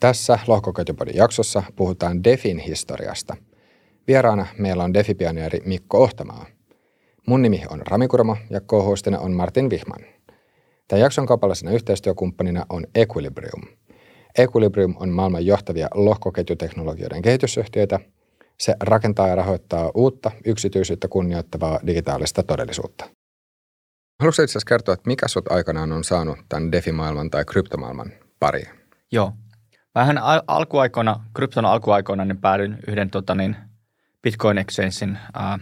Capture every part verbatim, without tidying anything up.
Tässä Lohkoketjupodin jaksossa puhutaan DeFin historiasta. Vieraana meillä on DeFi-pioneeri Mikko Ohtamaa. Mun nimi on Rami Kurmo ja co-hostina on Martin Vihman. Tämän jakson kaupallisena yhteistyökumppanina on Equilibrium. Equilibrium on maailman johtavia lohkoketjuteknologioiden kehitysyhtiöitä. Se rakentaa ja rahoittaa uutta, yksityisyyttä kunnioittavaa digitaalista todellisuutta. Haluatko itse asiassa kertoa, että mikä sut aikanaan on saanut tämän DeFi-maailman tai kryptomaailman pariin? Joo. Vähän al- alkuaikoina, krypton alkuaikoina, niin päädyin yhden tota, niin Bitcoin Exchangein ää,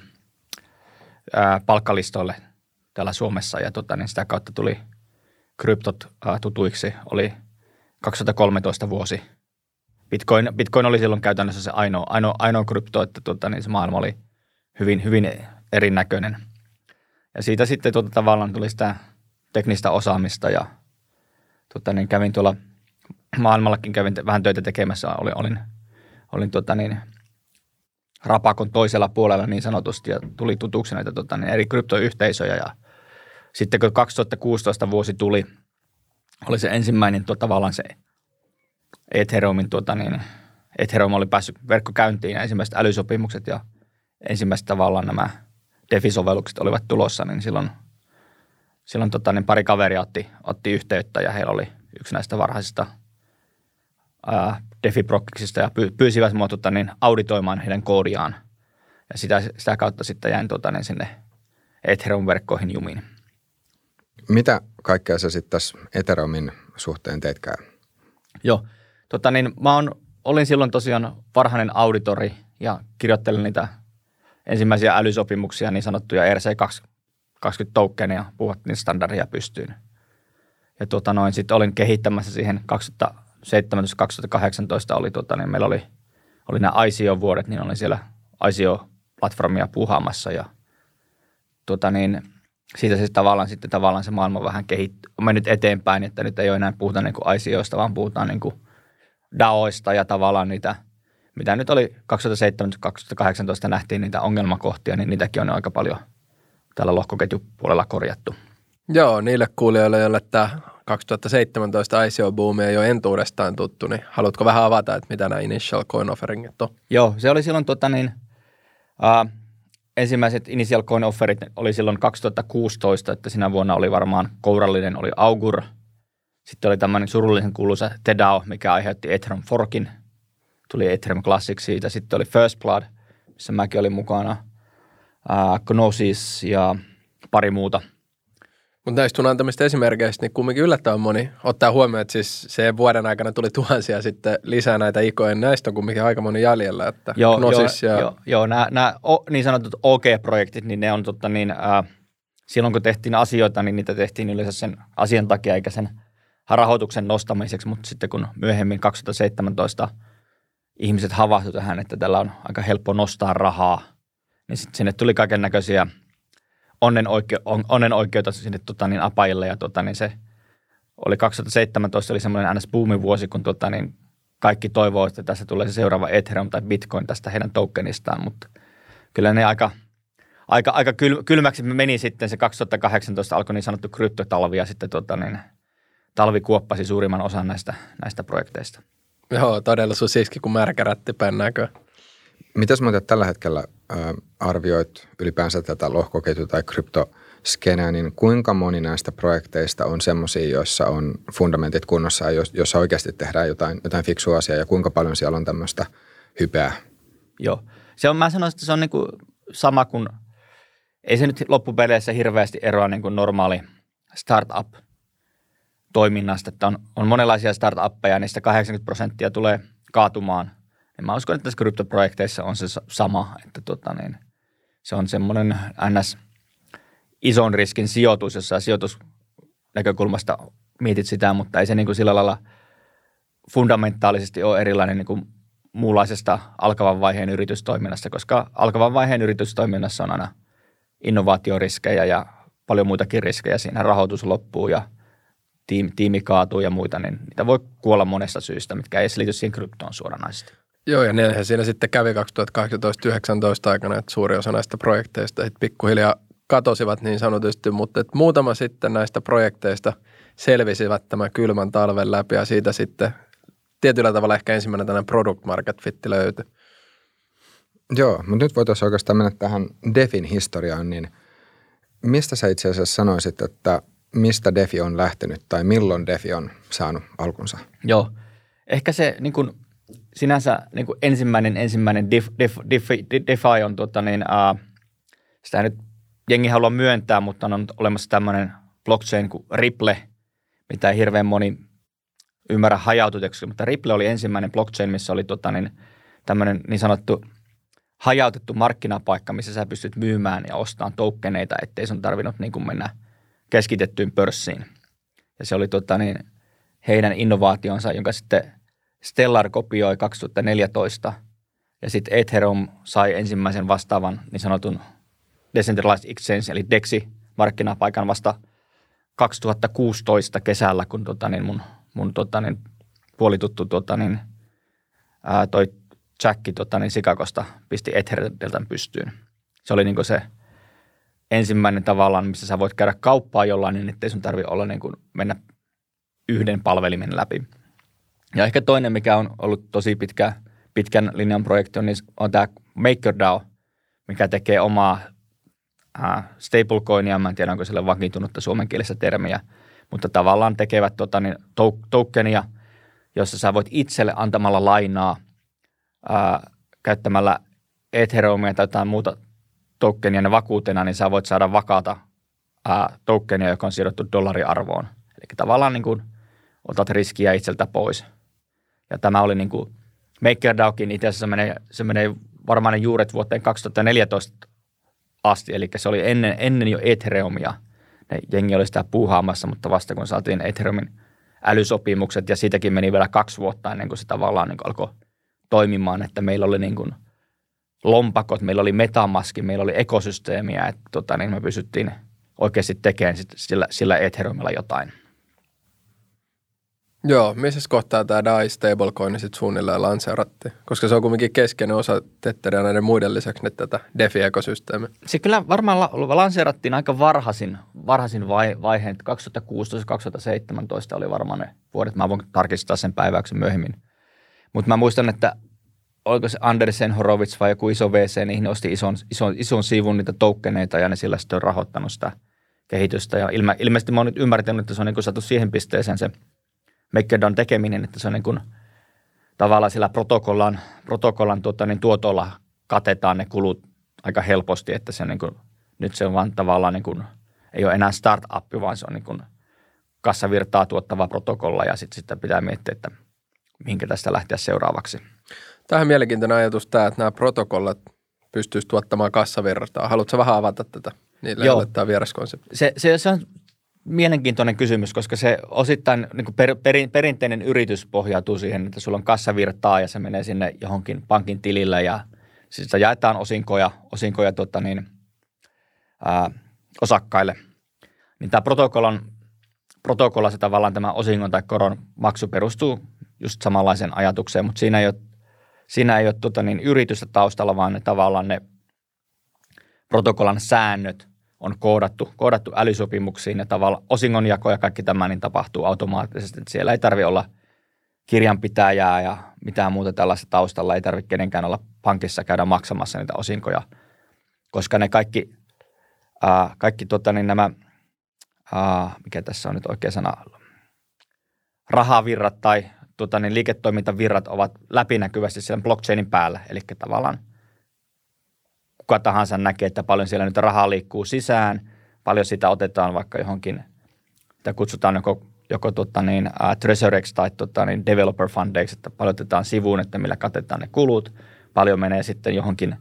ää, palkkalistoille täällä Suomessa ja tota, niin sitä kautta tuli kryptot ää, tutuiksi. Oli kaksituhattakolmetoista vuosi. Bitcoin, Bitcoin oli silloin käytännössä se ainoa, ainoa, ainoa krypto, että tota, niin se maailma oli hyvin, hyvin erinäköinen. Ja siitä sitten tuota, tavallaan tuli sitä teknistä osaamista ja tota, niin kävin tuolla maailmallakin, kävin vähän töitä tekemässä, olin, olin, olin tota, niin, rapakon toisella puolella niin sanotusti ja tuli tutuksi näitä tota, niin, eri kryptoyhteisöjä. Ja sitten kun kaksituhattakuusitoista vuosi tuli, oli se ensimmäinen tuo, tavallaan se Ethereumin, tuota, niin, Ethereum oli päässyt verkkokäyntiin ja ensimmäiset älysopimukset ja ensimmäiset tavallaan nämä DeFi-sovellukset olivat tulossa, niin silloin, silloin tota, niin pari kaveria otti, otti yhteyttä ja heillä oli yksi näistä varhaisista ää, DeFi-prokkiksista ja py, pyysivät minua tota, niin auditoimaan heidän koodiaan. Ja sitä, sitä kautta sitten jäin tota, niin sinne Ethereum-verkkoihin jumiin. Mitä kaikkea sä sitten tässä Ethereumin suhteen teitkään? Joo. Tota, niin, mä on, olin silloin tosiaan varhainen auditori ja kirjoittelin niitä ensimmäisiä älysopimuksia, niin sanottuja E R C kaksikymmentä tokeneja, puhuttiin standardia pystyyn. Ja tuota noin, sitten olin kehittämässä siihen kaksituhattaseitsemäntoista kaksituhattakahdeksantoista oli, tuota, niin meillä oli, oli nämä I C O-vuodet, niin olin siellä I C O-platformia puhaamassa ja tuota niin, siitä siis tavallaan sitten tavallaan se maailma vähän kehittyy, on mennyt eteenpäin, että nyt ei ole enää puhuta niin kuin I C Oista, vaan puhutaan niin kuin DAOista ja tavallaan niitä, mitä nyt oli kaksituhattaseitsemäntoista kaksituhattakahdeksantoista nähtiin niitä ongelmakohtia, niin niitäkin on aika paljon täällä lohkoketjupuolella korjattu. Joo, niille kuulijoille, joille tämä kaksituhattaseitsemäntoista I C O-buumi ei ole entuudestaan tuttu, niin haluatko vähän avata, että mitä nämä initial coin offeringit on? Joo, se oli silloin tota niin, uh, ensimmäiset initial coin offerit oli silloin kaksituhattakuusitoista, että sinä vuonna oli varmaan kourallinen, oli Augur. Sitten oli tämmöinen surullisen kuuluisa T D A O, mikä aiheutti Ethereum forkin. Tuli Ethereum Classic siitä. Sitten oli First Blood, missä mäkin olin mukana. Uh, Gnosis ja pari muuta. Mutta näistä sun antamista esimerkkeistä, niin kumminkin yllättävän moni ottaa huomioon, että siis se vuoden aikana tuli tuhansia sitten lisää näitä ikoja. Näistä on kumminkin aika moni jäljellä, että joo, Gnosis joo, ja... Joo, joo nämä, nämä niin sanotut O G-projektit, niin ne on totta niin, äh, silloin kun tehtiin asioita, niin niitä tehtiin yleensä sen asian takia eikä sen rahoituksen nostamiseksi, mutta sitten kun myöhemmin kaksituhattaseitsemäntoista ihmiset havahtuivat tähän, että tällä on aika helppo nostaa rahaa, niin sitten sinne tuli kaiken näköisiä onnen, oike- on, onnen oikeutta sinne tota, niin apajille ja tota, niin se oli kaksituhattaseitsemäntoista oli semmoinen N S-boomin vuosi, kun tota, niin kaikki toivoo, että tässä tulee se seuraava Ethereum tai Bitcoin tästä heidän tokenistaan, mutta kyllä ne aika, aika, aika kyl, kylmäksi meni sitten se kaksituhattakahdeksantoista alkoi niin sanottu kryptotalvi ja sitten tota, niin, talvi kuoppasi suurimman osan näistä, näistä projekteista. Joo, todella sun siski kuin märkä rättipään näkö. Mitäs muuten tällä hetkellä äh, arvioit ylipäänsä tätä lohkoketju- tai kryptoskeneä, niin kuinka moni näistä projekteista on semmoisia, joissa on fundamentit kunnossa ja joissa oikeasti tehdään jotain, jotain fiksua asiaa ja kuinka paljon siellä on tämmöistä hypeää? Joo, se on, mä sanoisin, että se on niin kuin sama kuin, ei se nyt loppupeleissä hirveästi eroa niin kuin normaali startup-toiminnasta, että on, on monenlaisia startuppeja, niistä kahdeksankymmentä prosenttia tulee kaatumaan. Ja mä uskon, että tässä kryptoprojekteissa on se sama, että tota niin, se on semmoinen ns. Ison riskin sijoitus, jossa sijoitusnäkökulmasta mietit sitä, mutta ei se niin kuin sillä lailla fundamentaalisesti ole erilainen niin kuin muunlaisesta alkavan vaiheen yritystoiminnasta, koska alkavan vaiheen yritystoiminnassa on aina innovaatioriskejä ja paljon muitakin riskejä. Siinä rahoitus loppuu ja tiimi, tiimi kaatuu ja muita, niin niitä voi kuolla monesta syystä, mitkä ei liity siihen kryptoon suoranaisesti. Joo, ja nehän siinä sitten kävi kaksituhattakahdeksantoista yhdeksäntoista aikana, että suuri osa näistä projekteista pikkuhiljaa katosivat niin sanotusti, mutta että muutama sitten näistä projekteista selvisivät tämän kylmän talven läpi ja siitä sitten tietyllä tavalla ehkä ensimmäinen tällainen product market fitti löytyi. Joo, mutta nyt voitaisiin oikeastaan mennä tähän DeFin historiaan, niin mistä sä itse asiassa sanoisit, että mistä DeFi on lähtenyt tai milloin DeFi on saanut alkunsa? Joo, ehkä se niin kuin, sinänsä niin kuin ensimmäinen, ensimmäinen def, def, def, DeFi on, tota, niin, uh, sitä nyt jengi haluaa myöntää, mutta on olemassa tämmöinen blockchain kuin Ripple, mitä ei hirveän moni ymmärrä hajaututeksi, mutta Ripple oli ensimmäinen blockchain, missä oli tota, niin, tämmöinen niin sanottu hajautettu markkinapaikka, missä sä pystyt myymään ja ostamaan tokeneita, ettei sun tarvinnut niin kuin mennä keskitettyyn pörssiin. Ja se oli tota, niin, heidän innovaationsa, jonka sitten Stellar kopioi kaksituhattaneljätoista, ja sitten Ethereum sai ensimmäisen vastaavan niin sanotun Decentralized Exchange, eli DEXi-markkinapaikan vasta kaksituhattakuusitoista kesällä, kun tota, niin mun, mun tota, niin, puolituttu tota, niin, ää, toi Jacki tota, niin Chicagosta pisti Ethereum pystyyn. Se oli niin se ensimmäinen tavallaan, missä sä voit käydä kauppaa jollain, niin ettei sun tarvitse olla niin kuin mennä yhden palvelimen läpi. Ja ehkä toinen, mikä on ollut tosi pitkä, pitkän linjan projekti, on, niin on tämä MakerDAO, mikä tekee omaa äh, stablecoinia. Mä en tiedä, onko sille vakiintunutta suomenkielistä termiä, mutta tavallaan tekevät tota, niin, to- tokenia, jossa sä voit itselle antamalla lainaa äh, käyttämällä Ethereumia tai jotain muuta tokenia ne vakuutena, niin sä voit saada vakaata äh, tokenia, joka on sidottu dollariarvoon. Eli tavallaan niin kuin otat riskiä itseltä pois. Ja tämä oli niin kuin MakerDAOkin itse asiassa menee, se menee varmaan ne juuret vuoteen kaksituhattaneljätoista asti, eli se oli ennen, ennen jo Ethereumia. Ne jengi oli sitä puuhaamassa, mutta vasta kun saatiin Ethereumin älysopimukset ja siitäkin meni vielä kaksi vuotta ennen kuin se tavallaan niin kuin alkoi toimimaan, että meillä oli niin kuin lompakot, meillä oli metamaski, meillä oli ekosysteemiä, että tota, niin me pysyttiin oikeasti tekemään sillä, sillä Ethereumilla jotain. Joo, missä kohtaa tämä D A I stablecoin sitten suunnilleen lanseerattiin? Koska se on kuitenkin keskeinen osa Tether ja näiden muiden lisäksi nyt tätä DeFi-ekosysteemiä. Se kyllä varmaan la- lanseerattiin aika varhaisin, varhaisin vai- vaiheen. kaksituhattakuusitoista kaksituhattaseitsemäntoista oli varmaan ne vuodet. Mä voin tarkistaa sen päiväyksen myöhemmin. Mutta mä muistan, että oliko se Andersen, Horowitz vai joku iso V C, niihin osti ison, ison, ison sivun niitä tokeneita ja ne sillä sitten on rahoittanut sitä kehitystä. Ja ilme, ilmeisesti mä oon nyt ymmärtänyt, että se on niin kuin saatu siihen pisteeseen se MakerDAOn tekeminen, että se on niin kuin tavallaan sillä protokollan, protokollan tuota, niin tuotolla katetaan ne kulut aika helposti, että se on niin kuin, nyt se on vaan tavallaan niin kuin, ei ole enää startup, vaan se on niin kuin kassavirtaa tuottava protokolla ja sitten sitä pitää miettiä, että mihinkä tästä lähteä seuraavaksi. Tähän mielenkiintoinen ajatus tämä, että nämä protokollat pystyisivät tuottamaan kassavirtaa. Haluatko vähän avata tätä? Niille Joo. tämä vieraskonsepti. Se, se, se on mielenkiintoinen kysymys, koska se osittain niin kuin per, perin, perinteinen yritys pohjautuu siihen, että sulla on kassavirtaa ja se menee sinne johonkin pankin tilille ja sitä jaetaan osinkoja, osinkoja tota niin, ää, osakkaille. Niin tämä protokollan, protokolla se tavallaan tämä osingon tai koron maksu perustuu just samanlaiseen ajatukseen, mutta siinä ei ole, siinä ei ole tota niin, yritystä taustalla, vaan ne tavallaan ne protokollan säännöt on koodattu, koodattu älysopimuksiin ja tavallaan osingonjako ja kaikki tämä niin tapahtuu automaattisesti. Että siellä ei tarvitse olla kirjanpitäjää ja mitään muuta tällaista taustalla. Ei tarvitse kenenkään olla pankissa käydä maksamassa niitä osinkoja, koska ne kaikki, ää, kaikki tota, niin nämä, ää, mikä tässä on nyt oikea sana, rahavirrat tai tota, niin liiketoimintavirrat ovat läpinäkyvästi siellä blockchainin päällä. Eli tavallaan kuka tahansa näkee, että paljon siellä nyt rahaa liikkuu sisään, paljon sitä otetaan vaikka johonkin, mitä kutsutaan joko, joko tota niin, uh, treasureksi tai tota niin, developer fundeiksi, että paljon otetaan sivuun, että millä katetaan ne kulut, paljon menee sitten johonkin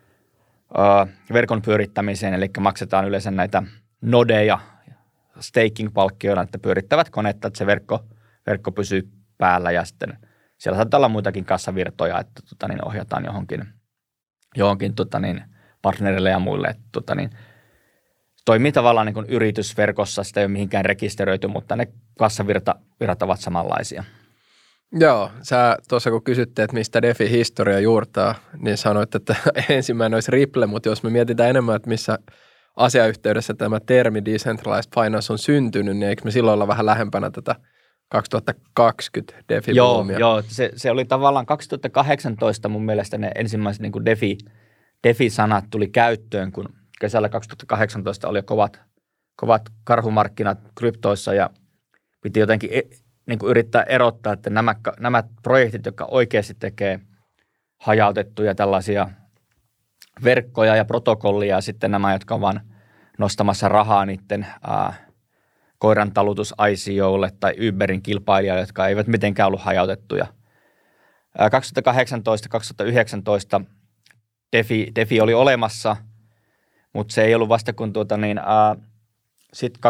uh, verkon pyörittämiseen, eli maksetaan yleensä näitä nodeja staking-palkkioina, että pyörittävät konetta, että se verkko, verkko pysyy päällä ja sitten siellä saattaa olla muitakin kassavirtoja, että tota niin, ohjataan johonkin johonkin tota niin, partnerille ja muille. Että, tota niin, toimii tavallaan niin kuin yritysverkossa, sitä ei ole mihinkään rekisteröity, mutta ne kassavirrat ovat samanlaisia. Joo, sä tuossa kun kysytte, että mistä DeFi-historia juurtaa, niin sanoit, että ensimmäinen olisi Ripple, mutta jos me mietitään enemmän, että missä asiayhteydessä tämä termi decentralized finance on syntynyt, niin eikö me silloin olla vähän lähempänä tätä kaksituhattakaksikymmentä defi Joo, joo se, se oli tavallaan kaksituhattakahdeksantoista mun mielestä ne ensimmäiset niin kuin defi, defi-sanat tuli käyttöön, kun kesällä kaksituhattakahdeksantoista oli kovat, kovat karhumarkkinat kryptoissa ja piti jotenkin niin kuin yrittää erottaa, että nämä, nämä projektit, jotka oikeasti tekee hajautettuja tällaisia verkkoja ja protokollia ja sitten nämä, jotka on vaan nostamassa rahaa niiden ää, koiran talutus I C O:lle tai Uberin kilpailijoille, jotka eivät mitenkään ollut hajautettuja. Ää, kaksituhattakahdeksantoista kaksituhattayhdeksäntoista Defi, Defi oli olemassa, mutta se ei ollut vasta kun tuota niin, sitten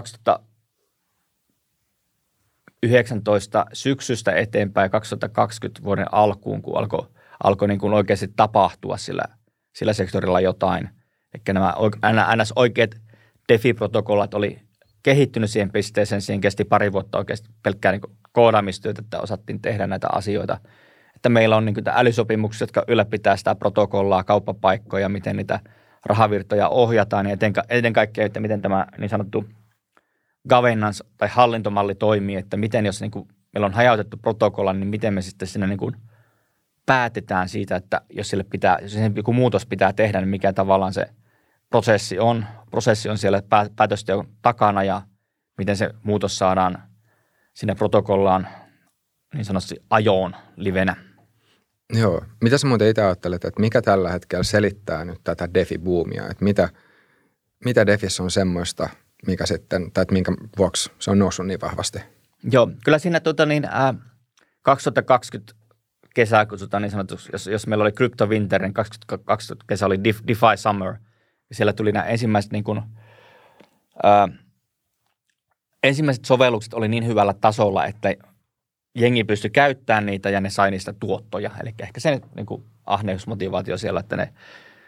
kaksituhattayhdeksäntoista syksystä eteenpäin kaksituhattakaksikymmentä vuoden alkuun, kun alkoi alko niin kuin oikeasti tapahtua sillä, sillä sektorilla jotain. Eli nämä ns. Oikeat Defi-protokollat oli kehittynyt siihen pisteeseen, siihen kesti pari vuotta oikeasti pelkkää niin koodaamistyötä, että osattiin tehdä näitä asioita. Että meillä on niin kuin älysopimukset, jotka ylläpitää sitä protokollaa, kauppapaikkoja, miten niitä rahavirtoja ohjataan ja eten, eten kaikkea, että miten tämä niin sanottu governance tai hallintomalli toimii, että miten jos niin kuin meillä on hajautettu protokolla, niin miten me sitten siinä niin kuin päätetään siitä, että jos sille pitää, jos joku muutos pitää tehdä, niin mikä tavallaan se prosessi on. Prosessi on siellä päätösteon takana ja miten se muutos saadaan sinne protokollaan niin sanotusti ajoon livenä. Joo. Mitä sä muuten itse ajattelet, että mikä tällä hetkellä selittää nyt tätä defi-buumia? Että mitä, mitä defissä on semmoista, mikä sitten, tai että minkä vuoksi se on noussut niin vahvasti? Joo, kyllä siinä tuota niin, ää, kaksituhattakaksikymmentä kesää kutsutaan niin sanotusti, jos, jos meillä oli Crypto Winter, niin kaksituhattakaksikymmentä kesä oli DeFi Summer. Ja siellä tuli nämä ensimmäiset, niin kuin, ää, ensimmäiset sovellukset oli niin hyvällä tasolla, että jengi pystyi käyttämään niitä ja ne sai niistä tuottoja. Eli ehkä se niin kuin ahneusmotivaatio siellä, että ne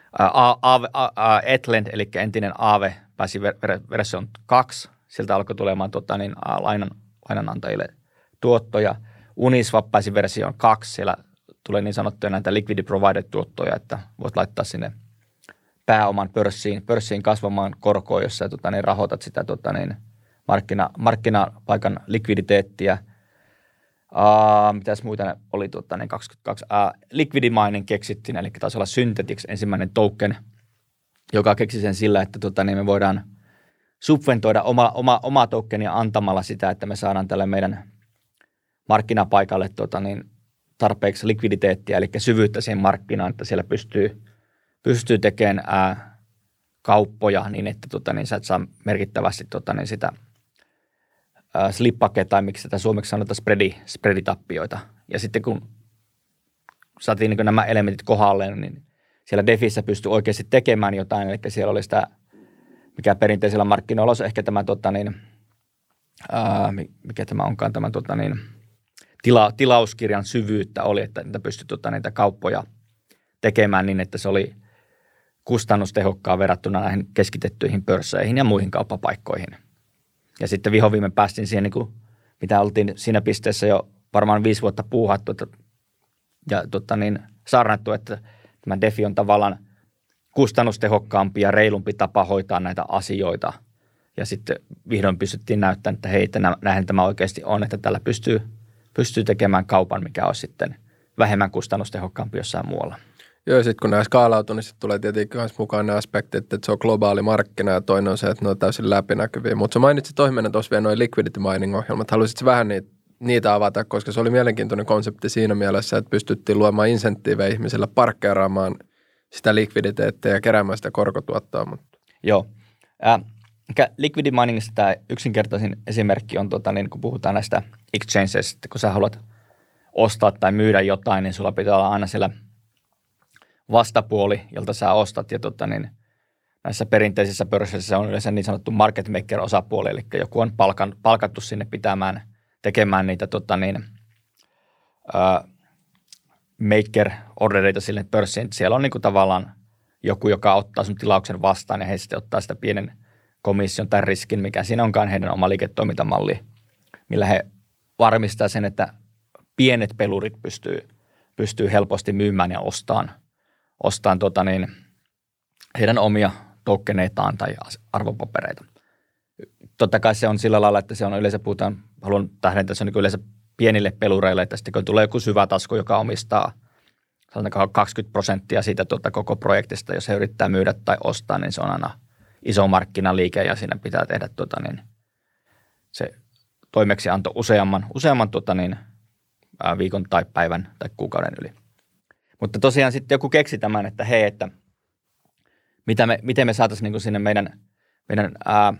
Ethlend, eli entinen Aave, pääsi version kaksi. Sieltä alkoi tulemaan tuota, niin, lainan, lainanantajille tuottoja. Uniswap pääsi versioon kaksi. Siellä tulee niin sanottuja näitä liquidity provided-tuottoja, että voit laittaa sinne pääoman pörssiin, pörssiin kasvamaan korkoa, jossa tuota, niin rahoitat sitä tuota, niin, markkina, markkinapaikan likviditeettiä. Uh, mitäs muita oli tuota, niin kaksikymmentäkaksi? Uh, liquidity mining keksittiin, eli taisi olla Synthetix ensimmäinen token, joka keksi sen sillä, että tuota, niin me voidaan subventoida oma, oma, oma tokenia antamalla sitä, että me saadaan tälle meidän markkinapaikalle tuota, niin tarpeeksi likviditeettiä, eli syvyyttä siihen markkinaan, että siellä pystyy, pystyy tekemään ää, kauppoja niin, että tuota, niin sä et saa merkittävästi tuota, niin sitä ää, slippake, tai miksi sitä suomeksi sanotaan spreadi, spreaditappioita. Ja sitten kun saatiin niin nämä elementit kohdalleen, niin siellä Defissä pystyy oikeasti tekemään jotain, eli siellä oli sitä, mikä perinteisellä markkinoilla on ehkä tämä, tuota, niin, ää, mikä tämä onkaan tämä, tuota, niin, Tila, tilauskirjan syvyyttä oli, että niitä pystyi tuota, niitä kauppoja tekemään niin, että se oli kustannustehokkaa verrattuna näihin keskitettyihin pörsseihin ja muihin kauppapaikkoihin. Ja sitten vihoviime päästiin siihen, niin kuin, mitä oltiin siinä pisteessä jo varmaan viisi vuotta puuhattu että, ja tuota, niin, saarnattu, että tämä Defi on tavallaan kustannustehokkaampi ja reilumpi tapa hoitaa näitä asioita. Ja sitten vihdoin pystyttiin näyttämään, että hei, että näinhän tämä oikeasti on, että tällä pystyy pystyy tekemään kaupan, mikä on sitten vähemmän kustannustehokkaampi jossain muualla. Joo, ja sitten kun nämä skaalautuu, niin sitten tulee tietenkin myös mukaan ne aspektit, että se on globaali markkina ja toinen on se, että ne on täysin läpinäkyviä. Mutta sä mainitsit toimena tuossa vielä noin liquidity mining-ohjelmat. Haluaisitko vähän niitä, niitä avata, koska se oli mielenkiintoinen konsepti siinä mielessä, että pystyttiin luomaan insentiivejä ihmisillä parkkeeraamaan sitä likviditeettiä ja keräämään sitä korkotuottoa. Mutta. Joo. Äh, liquidity miningista tämä yksinkertaisin esimerkki on, tuota, niin kun puhutaan näistä exchanges, että kun sä haluat ostaa tai myydä jotain, niin sulla pitää olla aina siellä vastapuoli, jolta sä ostat. Ja tuota, niin näissä perinteisissä pörssissä on yleensä niin sanottu market maker -osapuoli, eli joku on palkan, palkattu sinne pitämään, tekemään niitä tuota, niin, uh, maker-ordereita sille pörssiin. Siellä on niin kuin tavallaan joku, joka ottaa sun tilauksen vastaan ja he sitten ottaa sitä pienen komission tai riskin, mikä siinä onkaan heidän oma liiketoimintamalli, millä he varmistaa sen, että pienet pelurit pystyy, pystyy helposti myymään ja ostamaan, ostamaan tota niin, heidän omia tokeneitaan tai arvopapereita. Totta kai se on sillä lailla, että se on yleensä puhutaan haluan tähdentää, että se on niin yleensä pienille pelureille, että sitten kun tulee joku syvä tasku, joka omistaa sanotaan kaksikymmentä prosenttia siitä tuota koko projektista, jos he yrittää myydä tai ostaa, niin se on aina iso markkinaliike ja siinä pitää tehdä tuota niin, se toimeksianto useamman, useamman tuota niin, ää, viikon tai päivän tai kuukauden yli. Mutta tosiaan sitten joku keksi tämän, että hei, että mitä me, miten me saataisiin niin kuin sinne meidän, meidän ää,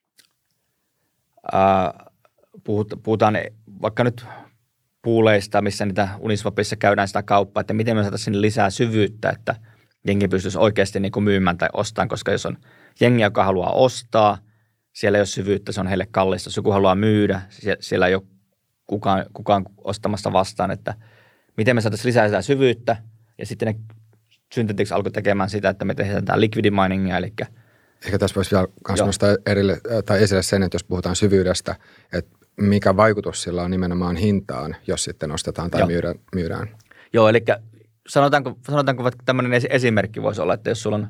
ää, puhutaan vaikka nyt puuleista, missä niitä Uniswapissa käydään sitä kauppaa, että miten me saataisiin sinne lisää syvyyttä, että jengi pystyisi oikeasti niin kuin myymään tai ostamaan, koska jos on jengi, joka haluaa ostaa, siellä ei ole syvyyttä, se on heille kallista. Jos joku haluaa myydä, siellä ei ole kukaan, kukaan ostamassa vastaan, että miten me saataisiin lisää sitä syvyyttä. Ja sitten ne Synthetix alkoi tekemään sitä, että me tehdään tämä liquidity miningia, eli ehkä tässä voisi vielä myös nostaa erille, tai esille sen, että jos puhutaan syvyydestä, että mikä vaikutus sillä on nimenomaan hintaan, jos sitten ostetaan tai myydään, myydään. Joo, eli sanotaanko, sanotaanko vaikka tämmöinen esimerkki voisi olla, että jos sulla on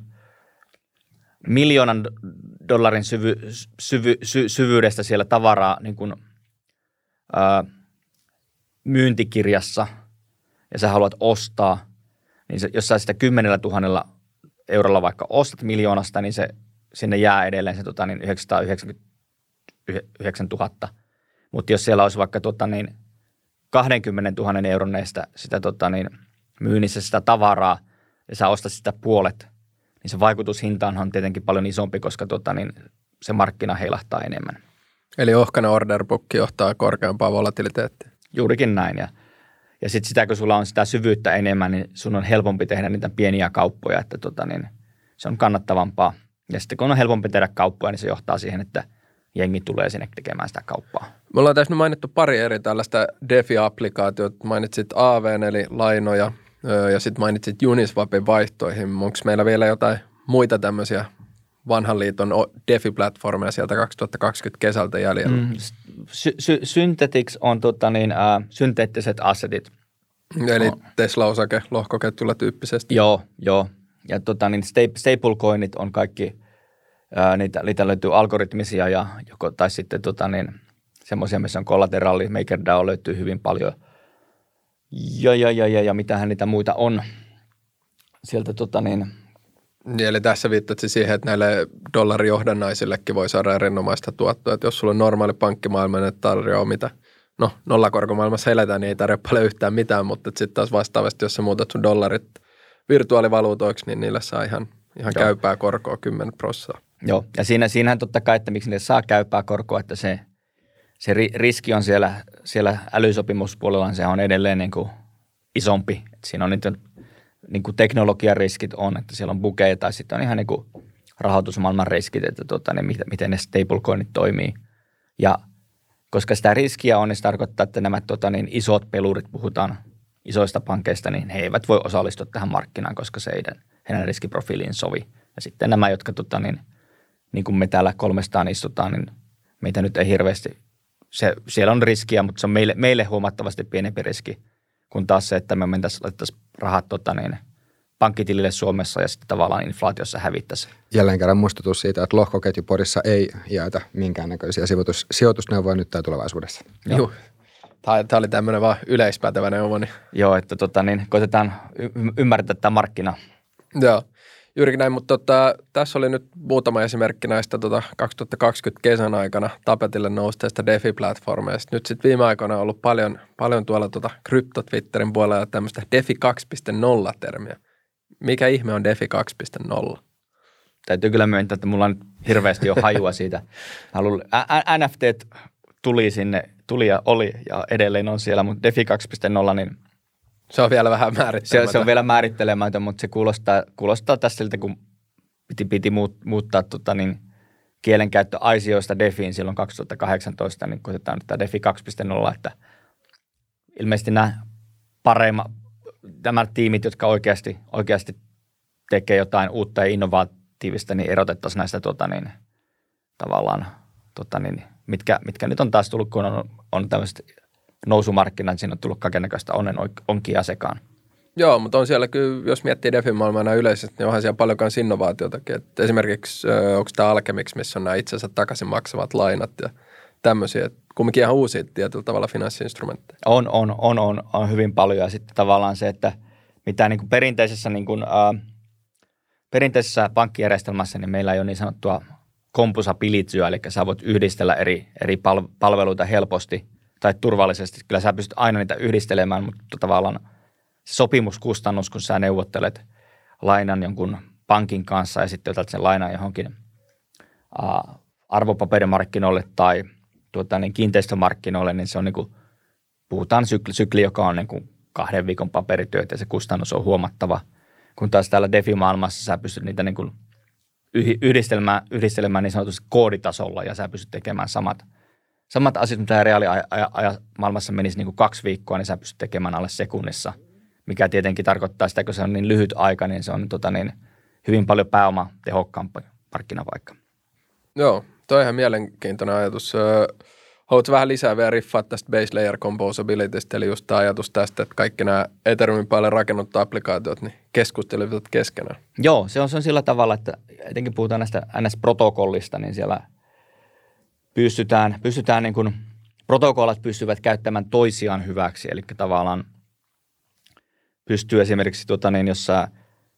miljoonan dollarin syvy, syvy, sy, syvyydestä siellä tavaraa niin kuin, ää, myyntikirjassa ja sä haluat ostaa, niin se, jos sä sitä kymmenellä tuhannella eurolla vaikka ostat miljoonasta, niin se sinne jää edelleen se tota, niin yhdeksänsataayhdeksänkymmentäyhdeksäntuhatta. Mutta jos siellä olisi vaikka tota, niin kaksikymmentätuhatta euron sitä, sitä tota, niin, myynnissä sitä tavaraa ja sä ostat sitä puolet, niin se vaikutus hintaan on tietenkin paljon isompi, koska tota, niin, se markkina heilahtaa enemmän. Eli ohkainen orderbook johtaa korkeampaa volatiliteettia. Juurikin näin. Ja, ja sitten sitä, kun sulla on sitä syvyyttä enemmän, niin sun on helpompi tehdä niitä pieniä kauppoja, että tota, niin, se on kannattavampaa. Ja sitten kun on helpompi tehdä kauppoja, niin se johtaa siihen, että jengi tulee sinne tekemään sitä kauppaa. Me ollaan tässä nyt mainittu pari eri tällaista DeFi-applikaatiota. Mainitsit A V:n eli lainoja ja sitten mainitsit Uniswapin vaihtoihin. Onko meillä vielä jotain muita tämmöisiä vanhan liiton DeFi-platformeja sieltä kaksituhattakaksikymmentä kesältä jäljellä? Mm. Sy- sy- Synthetix on tota niin, äh, synteettiset assetit. Eli no. Tesla-osake lohkoketjulla tyyppisesti. Joo, joo. Ja tota niin, stablecoinit on kaikki, ää, niitä, niitä löytyy algoritmisia ja joko, tai sitten tota niin, semmoisia, missä on kollateraali, MakerDAO löytyy hyvin paljon. Ja, ja, ja, ja, ja mitähän niitä muita on sieltä tota niin. Niin, eli tässä viittaat siihen, että näille dollarijohdannaisillekin voi saada erinomaista tuottoa. Että jos sulla on normaali pankkimaailma, niin tarjoaa mitä, no nollakorkomaailmassa eletään, niin ei tarjoa paljon yhtään mitään, mutta sitten taas vastaavasti, jos sä muutat sun dollarit virtuaalivaluutoiksi, niin niillä saa ihan, ihan käypää korkoa kymmenen prosenttia. Joo, ja siinä, siinähän totta kai, että miksi niille saa käypää korkoa, että se, se riski on siellä, siellä älysopimuspuolella, se on edelleen niin kuin isompi. Että siinä on niitä niin kuin teknologiariskit on, että siellä on bukeja tai sitten on ihan niin kuin rahoitusmaailman riskit, että tuota, niin miten, miten ne stablecoinit toimii. Ja koska sitä riskiä on, niin se tarkoittaa, että nämä tuota, niin isot pelurit, puhutaan isoista pankeista, niin he eivät voi osallistua tähän markkinaan, koska se ei heidän riskiprofiiliin sovi. Ja sitten nämä, jotka tota, niin, niin kuin me täällä kolmestaan istutaan, niin meitä nyt ei hirveästi, se, siellä on riskiä, mutta se on meille, meille huomattavasti pienempi riski kuin taas se, että me mentäisiin laittaisiin rahat tota, niin, pankkitilille Suomessa ja sitten tavallaan inflaatiossa hävittäisiin. Jälleen kerran muistutus siitä, että lohkoketjupodissa ei jaeta minkäännäköisiä sijoitus, sijoitusneuvoja nyt tai tulevaisuudessa. Joo. Juh. Tämä oli tämmöinen vaan yleispätevä neuvo. Niin. Joo, että tota, niin, koitetaan y- ymmärtää tämä markkina. Joo, juurikin näin, mutta tota, tässä oli nyt muutama esimerkki näistä tota, kaksituhattakaksikymmentä kesän aikana tapetille nousteista DeFi-platformeista. Nyt sitten viime aikoina on ollut paljon, paljon tuolla tota, krypto-Twitterin puolella tämmöistä DeFi kaksi piste nolla-termiä. Mikä ihme on DeFi kaksi piste nolla? Täytyy kyllä myöntää, että mulla on hhirveästi jo hajua siitä. N F T tuli sinne, tuli ja oli ja edelleen on siellä, mutta DeFi kaksi piste nolla, niin se on vielä vähän määrittelemätön. Se, se on vielä määrittelemätön, mutta se kuulostaa, kuulostaa tässä siltä, kun piti, piti muut, muuttaa tota, niin, kielenkäyttö aisioista DeFiin silloin kaksituhattakahdeksantoista, niin koitetaan nyt tämä DeFi kaksi piste nolla, että ilmeisesti nämä paremmat, nämä tiimit, jotka oikeasti, oikeasti tekee jotain uutta ja innovatiivista, niin erotettaisiin näistä tota, niin, tavallaan, tota, niin, mitkä, mitkä nyt on taas tullut, kun on, on tämmöiset nousumarkkinat, siinä on tullut kaikennäköistä onnen onkin ja sekaan. Joo, mutta on siellä kyllä, jos miettii DeFi-maailmaa näin yleisesti, niin onhan siellä paljon kans innovaatiotakin. Et esimerkiksi onko tämä Alchemix, missä on nämä itsensä takaisin maksavat lainat ja tämmöisiä. kumminkin ihan uusia tietyllä tavalla finanssiinstrumentteja. On, on, on, on, on hyvin paljon ja sitten tavallaan se, että mitä niin kuin perinteisessä, niin kuin, äh, perinteisessä pankkijärjestelmässä niin meillä ei ole niin sanottua kompusabilityä, eli sä voit yhdistellä eri, eri pal- palveluita helposti tai turvallisesti. Kyllä sä pystyt aina niitä yhdistelemään, mutta tavallaan se sopimuskustannus, kun sä neuvottelet lainan jonkun pankin kanssa ja sitten otat sen lainan johonkin äh, arvopaperimarkkinoille tai tuota, niin kiinteistömarkkinoille, niin se on niin kuin, puhutaan sykli, sykli joka on niin kuin kahden viikon paperityöt ja se kustannus on huomattava. Kun taas täällä DeFi-maailmassa sä pystyt niitä niin kuin yhdistelemään, yhdistelemään niin sanotusti kooditasolla ja sä pystyt tekemään samat, samat asiat, mitä reaalimaailmassa menisi niin kuin kaksi viikkoa, niin sä pystyt tekemään alle sekunnissa, mikä tietenkin tarkoittaa sitä, kun se on niin lyhyt aika, niin se on tota niin, hyvin paljon pääoma tehokkaampi markkinapaikka. Joo, toi on ihan mielenkiintoinen ajatus. Haluatko vähän lisää vielä riffaa tästä base layer composabilitystä, eli just tämä ajatus tästä, että kaikki nämä Ethereumin päälle rakennuttu applikaatiot niin keskustelevat keskenään? Joo, se on, se on sillä tavalla, että etenkin puhutaan näistä N S-protokollista, niin siellä pystytään, pystytään niin kuin, protokollat pystyvät käyttämään toisiaan hyväksi, eli tavallaan pystyy esimerkiksi, tuota, niin, jos, sä,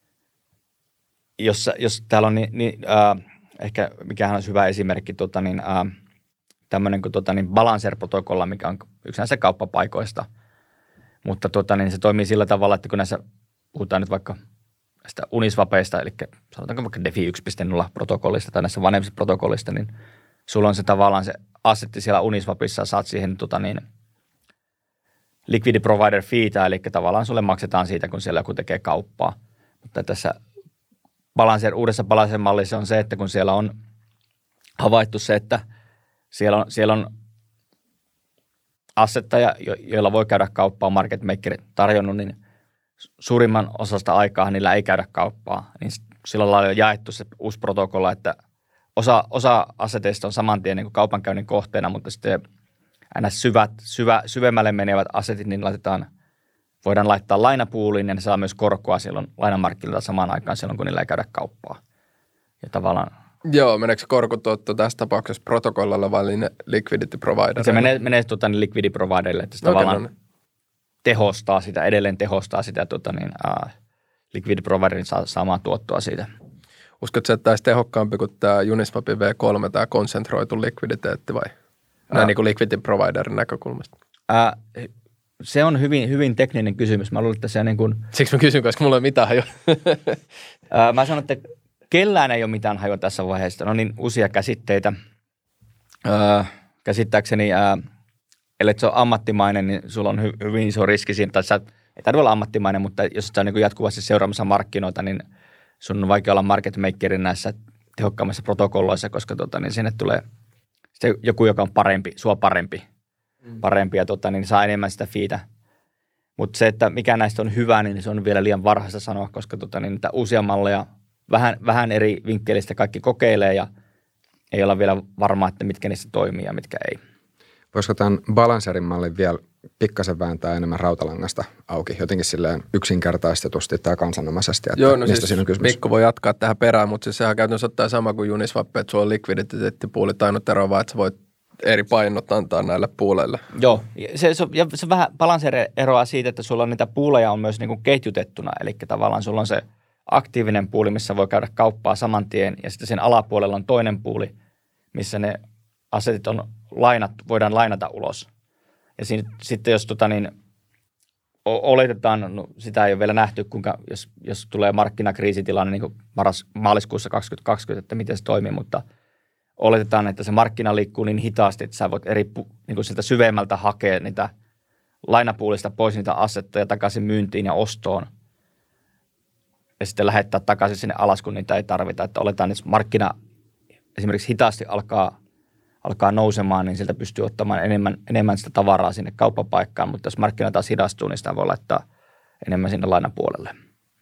jos, jos täällä on niin, niin äh, ehkä mikähän olisi hyvä esimerkki, tuota, niin, äh, tämmöinen kuin tuota, niin Balancer-protokolla, mikä on yksi näistä kauppapaikoista, mutta tuota, niin se toimii sillä tavalla, että kun näissä puhutaan nyt vaikka näistä Uniswapeista, eli sanotaanko vaikka DeFi yksi piste nolla protokollista tai näissä vanhemmista protokollista, niin sulla on se tavallaan se assetti siellä Uniswapissa, saat siihen tuota, niin liquidity provider feetä, eli tavallaan sulle maksetaan siitä, kun siellä joku tekee kauppaa. Mutta tässä Balancer, uudessa Balancer-mallissa on se, että kun siellä on havaittu se, että Siellä on, siellä on assetteja, joilla voi käydä kauppaa, market maker tarjonnut, niin suurimman osasta aikaa niillä ei käydä kauppaa. Niin sillä lailla on jaettu se uusi protokolla, että osa, osa asseteista on saman tien niin kuin kaupankäynnin kohteena, mutta sitten aina syvät, syvä, syvemmälle menevät assetit, niin laitetaan, voidaan laittaa lainapuuliin ja ne saa myös korkoa silloin lainamarkkinoilla samaan aikaan silloin, kun niillä ei käydä kauppaa. Ja tavallaan Joo, meneekö korkotuotto tässä tapauksessa protokollalla vai liquidity providerille? Se menee, menee tuota, niin liquidity providerille, että se okay, tavallaan no niin. tehostaa sitä, edelleen tehostaa sitä tuota, niin, uh, liquidity providerin saa, saamaa tuottoa siitä. Uskotko, että tämä olisi tehokkaampi kuin tämä Uniswapin V kolme, tämä konsentroitu likviditeetti vai? Näin uh, niin kuin liquidity providerin näkökulmasta. Uh, se on hyvin, hyvin tekninen kysymys. Mä luulen, että se niin kuin Siksi mä kysyn, koska mulla ei mitään hajoa. uh, mä sanon, että kellään ei ole mitään hajua tässä vaiheessa. No niin, uusia käsitteitä. Öö, käsittääkseni, öö, ellei se ole ammattimainen, niin sulla on hy- hyvin iso riski siinä. Tai sä ei tarvitse olla ammattimainen, mutta jos sä oot niin jatkuvasti seuraamassa markkinoita, niin sun on vaikea olla market makerin näissä tehokkaammissa protokolloissa, koska tota, niin sinne tulee joku, joka on parempi, sua parempi. Mm. parempi ja tota, niin saa enemmän sitä fiitä. Mutta se, että mikä näistä on hyvä, niin se on vielä liian varhaista sanoa, koska tota, niin niitä uusia malleja Vähän, vähän eri vinkkelistä kaikki kokeilee ja ei olla vielä varmaa, että mitkä niistä toimii ja mitkä ei. Voisiko tämän Balancerin mallin vielä pikkasen vääntää enemmän rautalangasta auki, jotenkin silleen yksinkertaistetusti tai kansanomaisesti, että Joo, no mistä siis siinä on kysymys? Mikko voi jatkaa tähän perään, mutta siis sehän käytännössä ottaa sama kuin Uniswap, että sulla on likviditeettipuuli tai ainut ero vaan, että sä voit eri painot antaa näille puuleille. Joo, se, se, ja se vähän Balancer eroaa siitä, että sulla on niitä puuleja on myös niin kuin ketjutettuna, eli tavallaan sulla on se aktiivinen puuli, missä voi käydä kauppaa saman tien, ja sitten sen alapuolella on toinen puuli, missä ne assetit on lainat, voidaan lainata ulos. Ja siinä, sitten jos tota niin, oletetaan, no sitä ei ole vielä nähty, kuinka, jos, jos tulee markkinakriisitilanne niin kuin maras, maaliskuussa kaksituhattakaksikymmentä, että miten se toimii, mutta oletetaan, että se markkina liikkuu niin hitaasti, että sä voit eri, niin kuin sieltä syvemmältä hakea niitä lainapuulista pois niitä assetteja takaisin myyntiin ja ostoon, ja sitten lähettää takaisin sinne alas, kun niitä ei tarvita. Että oletaan, että markkina esimerkiksi hitaasti alkaa, alkaa nousemaan, niin sieltä pystyy ottamaan enemmän, enemmän sitä tavaraa sinne kauppapaikkaan, mutta jos markkina taas hidastuu, niin sitä voi laittaa enemmän sinne lainapuolelle.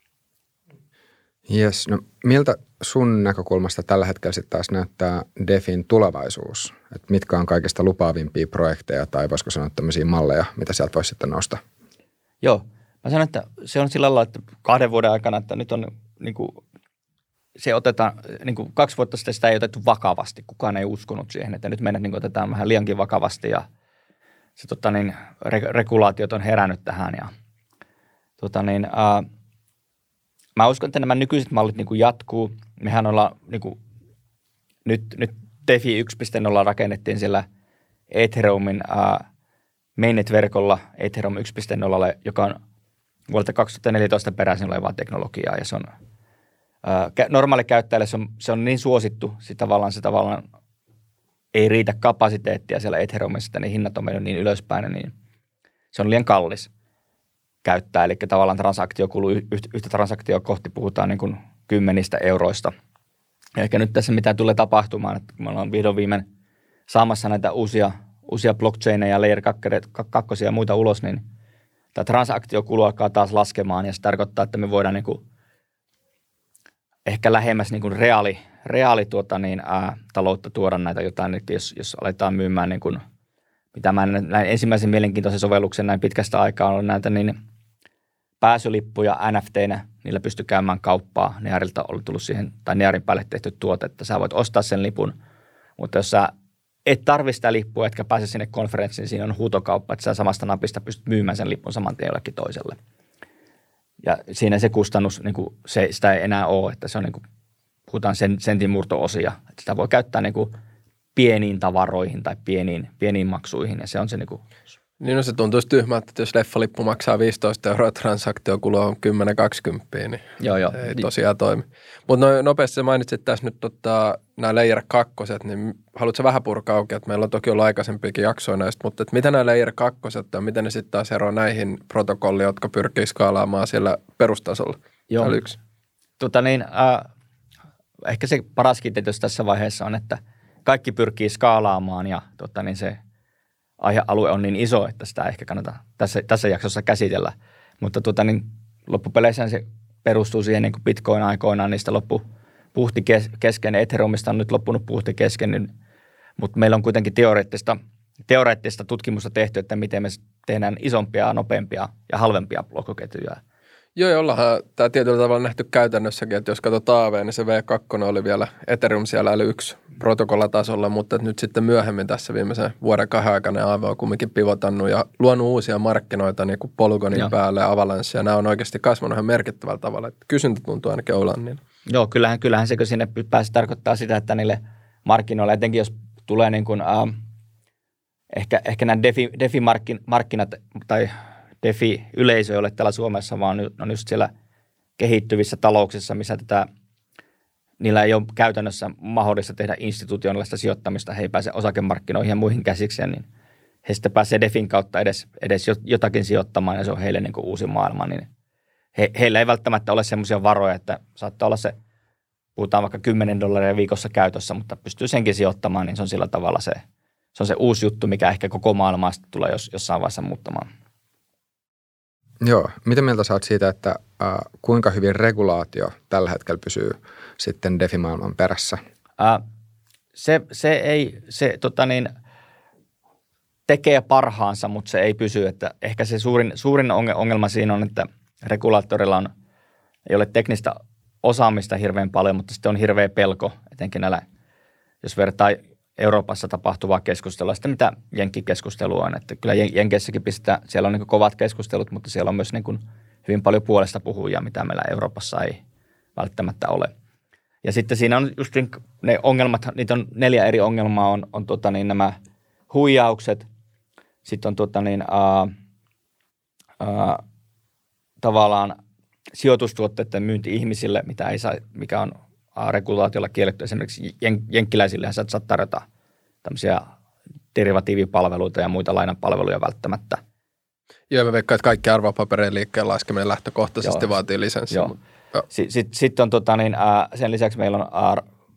Jes, no miltä sun näkökulmasta tällä hetkellä sitten taas näyttää DeFin tulevaisuus? Et mitkä on kaikista lupaavimpia projekteja tai voisiko sanoa tämmöisiä malleja, mitä sieltä voisi sitten nousta? Joo. Mä sanon, että se on sillä lailla, että kahden vuoden aikana, että nyt on niin kuin se otetaan, niin kuin kaksi vuotta sitten sitä ei otettu vakavasti. Kukaan ei uskonut siihen, että nyt meidät niin otetaan vähän liiankin vakavasti ja se tota niin, re- regulaatiot on herännyt tähän. Ja, tota niin, ää, mä uskon, että nämä nykyiset mallit niin kuin jatkuu. Mehän ollaan niin kuin, nyt, nyt DeFi yksi piste nolla rakennettiin siellä Ethereumin ää, mainnet-verkolla Ethereum yksi piste nolla, joka on vuodelta kaksituhattaneljätoista peräisin olevaa teknologiaa ja se on ää, normaali käyttäjälle se on, se on niin suosittu, se tavallaan, se tavallaan ei riitä kapasiteettia siellä Ethereumissa, niin hinnat on mennyt niin ylöspäin, niin se on liian kallis käyttää. Eli tavallaan transaktio kuluu yhtä transaktioa kohti, puhutaan niin kuin kymmenistä euroista. Ja ehkä nyt tässä mitä tulee tapahtumaan, että kun me ollaan vihdoin viimein saamassa näitä uusia, uusia blockchaineja, layer kakkosia ja muita ulos, niin tämä transaktiokulu alkaa taas laskemaan ja se tarkoittaa, että me voidaan niin kuin ehkä lähemmäs niin kuin reaali, reaali tuota niin, ää, taloutta tuoda näitä jotain, että jos, jos aletaan myymään niin kuin, mitä mä näin ensimmäisen mielenkiintoisen sovelluksen näin pitkästä aikaa on näitä niin pääsylippuja N F T:nä, niillä pystyy käymään kauppaa. Nearilta on tullut siihen, tai Nearin päälle tehty tuote, että sä voit ostaa sen lipun, mutta jos sä et tarvitse sitä lippua, etkä pääse sinne konferenssiin, siinä on huutokauppa, että sä samasta napista pystyt myymään sen lipun saman tien jollekin toiselle. Ja siinä se kustannus, niin kuin se, sitä ei enää ole, että se on niin kuin, puhutaan sen, sentin murto-osia, että sitä voi käyttää niin kuin pieniin tavaroihin tai pieniin, pieniin maksuihin ja se on se niin kuin. Niin no se tuntuisi tyhmältä, että jos leffalippu maksaa viisitoista euroa, transaktiokulu on kymmenen kaksikymmentä, niin joo, joo. ei tosiaan toimi. Mutta no, nopeasti sä mainitsit tässä nyt tota, nämä layer kakkoset, niin haluatko vähän purkaa auki, että meillä on toki ollut aikaisempiakin jaksoja näistä, mutta että mitä nämä layer kakkoset on, miten ne sitten taas eroaa näihin protokolliin, jotka pyrkii skaalaamaan siellä perustasolla? Joo, tota niin, äh, ehkä se paras kiteytys tässä vaiheessa on, että kaikki pyrkii skaalaamaan ja tota niin se aihealue on niin iso, että sitä ehkä kannata tässä, tässä jaksossa käsitellä. Mutta tuota, niin loppupeleissä se perustuu siihen niin kuin Bitcoin aikoinaan, niistä loppu puhti kesken. Ethereumista on nyt loppunut puhti kesken, niin, mutta meillä on kuitenkin teoreettista, teoreettista tutkimusta tehty, että miten me tehdään isompia, nopeampia ja halvempia blokkoketjuja. Joo, ja ollaan tämä tietyllä tavalla nähty käytännössäkin, että jos katsotaan A V, niin se V kaksi oli vielä Ethereum siellä L yksi protokollatasolla, mutta nyt sitten myöhemmin tässä viimeisen vuoden kahden aikana A V on kumminkin pivotannut ja luonut uusia markkinoita niin kuin Polygonin Joo. päälle ja Avalanche, ja nämä on oikeasti kasvanut ihan merkittävällä tavalla, että kysyntä tuntuu ainakin olevan niin. Joo, kyllähän, kyllähän se, kun sinne pääsi tarkoittaa sitä, että niille markkinoille, etenkin jos tulee niin kuin, äh, ehkä, ehkä nämä defi, defi-markkinat tai DeFi-yleisö ei ole täällä Suomessa, vaan on just siellä kehittyvissä talouksissa, missä tätä, niillä ei ole käytännössä mahdollista tehdä institutionaalista sijoittamista. He ei pääse osakemarkkinoihin ja muihin käsikseen, niin he sitten pääsee DeFin kautta edes, edes jotakin sijoittamaan ja se on heille niin kuin uusi maailma. Niin he, heillä ei välttämättä ole semmoisia varoja, että saattaa olla se, puhutaan vaikka kymmenen dollaria viikossa käytössä, mutta pystyy senkin sijoittamaan, niin se on sillä tavalla se, se on se uusi juttu, mikä ehkä koko maailmaa tulee jos, jossain vaiheessa muuttamaan. Joo. Mitä mieltä sä oot siitä, että äh, kuinka hyvin regulaatio tällä hetkellä pysyy sitten DeFi-maailman perässä? Äh, se, se ei, se tota niin, tekee parhaansa, mutta se ei pysy. Että ehkä se suurin, suurin ongelma siinä on, että regulaattorilla on, ei ole teknistä osaamista hirveän paljon, mutta sitten on hirveä pelko, etenkin näillä, jos vertaa Euroopassa tapahtuvaa keskustelua, sitten mitä jenkkikeskustelua on. Että kyllä Jenkeissäkin pistää, siellä on niin kuin kovat keskustelut, mutta siellä on myös niin kuin hyvin paljon puolesta puhujia, mitä meillä Euroopassa ei välttämättä ole. Ja sitten siinä on just ne ongelmat, niitä on neljä eri ongelmaa, on, on tota niin, nämä huijaukset, sitten on tota niin, ää, ää, tavallaan sijoitustuotteiden myynti ihmisille, mitä ei saa, mikä on regulaatiolla kielletty. Esimerkiksi jen, jenkkiläisillehän sä et saa tarjota tämmöisiä derivatiivipalveluita ja muita lainapalveluja välttämättä. Joo, mä veikkaan, että kaikki arvopaperien liikkeen laskeminen lähtökohtaisesti joo, vaatii lisenssiä. Joo. Sitten sit, sit on tota niin, ää, sen lisäksi meillä on ää,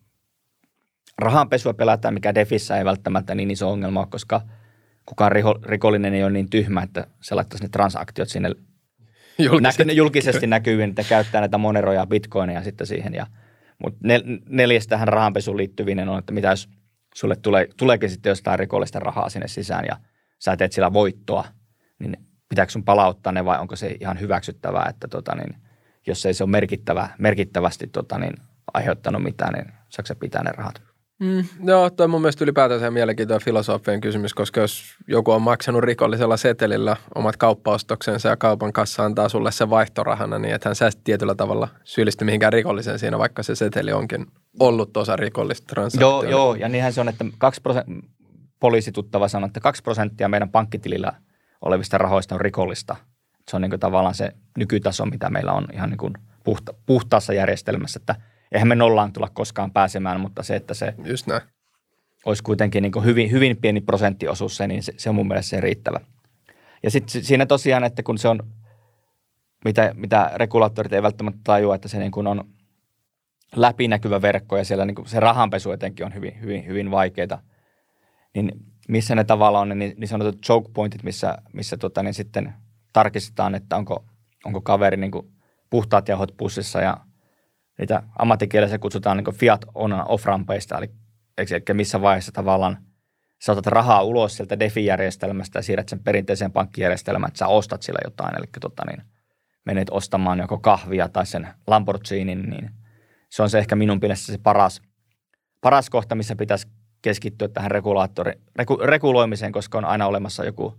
rahanpesua pelätään, mikä DeFissä ei välttämättä niin iso ongelma ole, koska kukaan riho, rikollinen ei ole niin tyhmä, että se laittaisi ne transaktiot sinne julkisesti, näky, julkisesti näkyviin, että käyttää näitä Moneroja ja Bitcoineja sitten siihen. Ja, mutta nel, neljäs tähän rahanpesuun liittyvinen on, että mitä jos sulle tulee, tuleekin sitten jostain rikollista rahaa sinne sisään ja sä teet sillä voittoa, niin pitääkö sun palauttaa ne vai onko se ihan hyväksyttävää, että tota niin, jos ei se ole merkittävä, merkittävästi tota niin, aiheuttanut mitään, niin saako se pitää ne rahat? Mm, joo, toi mun mielestä ylipäätänsä mielenkiintoinen filosofinen kysymys, koska jos joku on maksanut rikollisella setelillä omat kauppaostoksensa ja kaupan kassa antaa sulle se vaihtorahana, niin ethän sä tietyllä tavalla syyllisty mihinkään rikolliseen siinä, vaikka se seteli onkin ollut osa rikollista transaktiota. Joo, joo, ja niinhän se on, että kaksi prosenttia, poliisituttava sanoo, että kaksi prosenttia meidän pankkitilillä olevista rahoista on rikollista. Se on niin kuin tavallaan se nykytaso, mitä meillä on ihan niin kuin puhta, puhtaassa järjestelmässä, että eihän me nollaan tulla koskaan pääsemään, mutta se, että se Just näin. olisi kuitenkin niin kuin hyvin, hyvin pieni prosenttiosuus se, niin se, se on mun mielestä se riittävä. Ja sitten siinä tosiaan, että kun se on, mitä, mitä regulaattorit ei välttämättä tajua, että se niin kuin on läpinäkyvä verkko ja siellä niin kuin se rahanpesu etenkin on hyvin, hyvin, hyvin vaikeaa, niin missä ne tavallaan on ne niin, niin sanotut choke pointit, missä, missä tota, niin sitten tarkistetaan, että onko, onko kaveri niin kuin puhtaat jauhot pussissa ja niitä ammattikielessä kutsutaan niin kuin fiat on off-rampeista, eli, eli missä vaiheessa tavallaan sä otat rahaa ulos sieltä DeFi-järjestelmästä ja siirrät sen perinteiseen pankkijärjestelmään, että sä ostat sillä jotain, eli tota, niin, menet ostamaan joko kahvia tai sen Lamborghinin, niin se on se ehkä minun mielestä se paras, paras kohta, missä pitäisi keskittyä tähän regulaattori, reku, reguloimiseen, koska on aina olemassa joku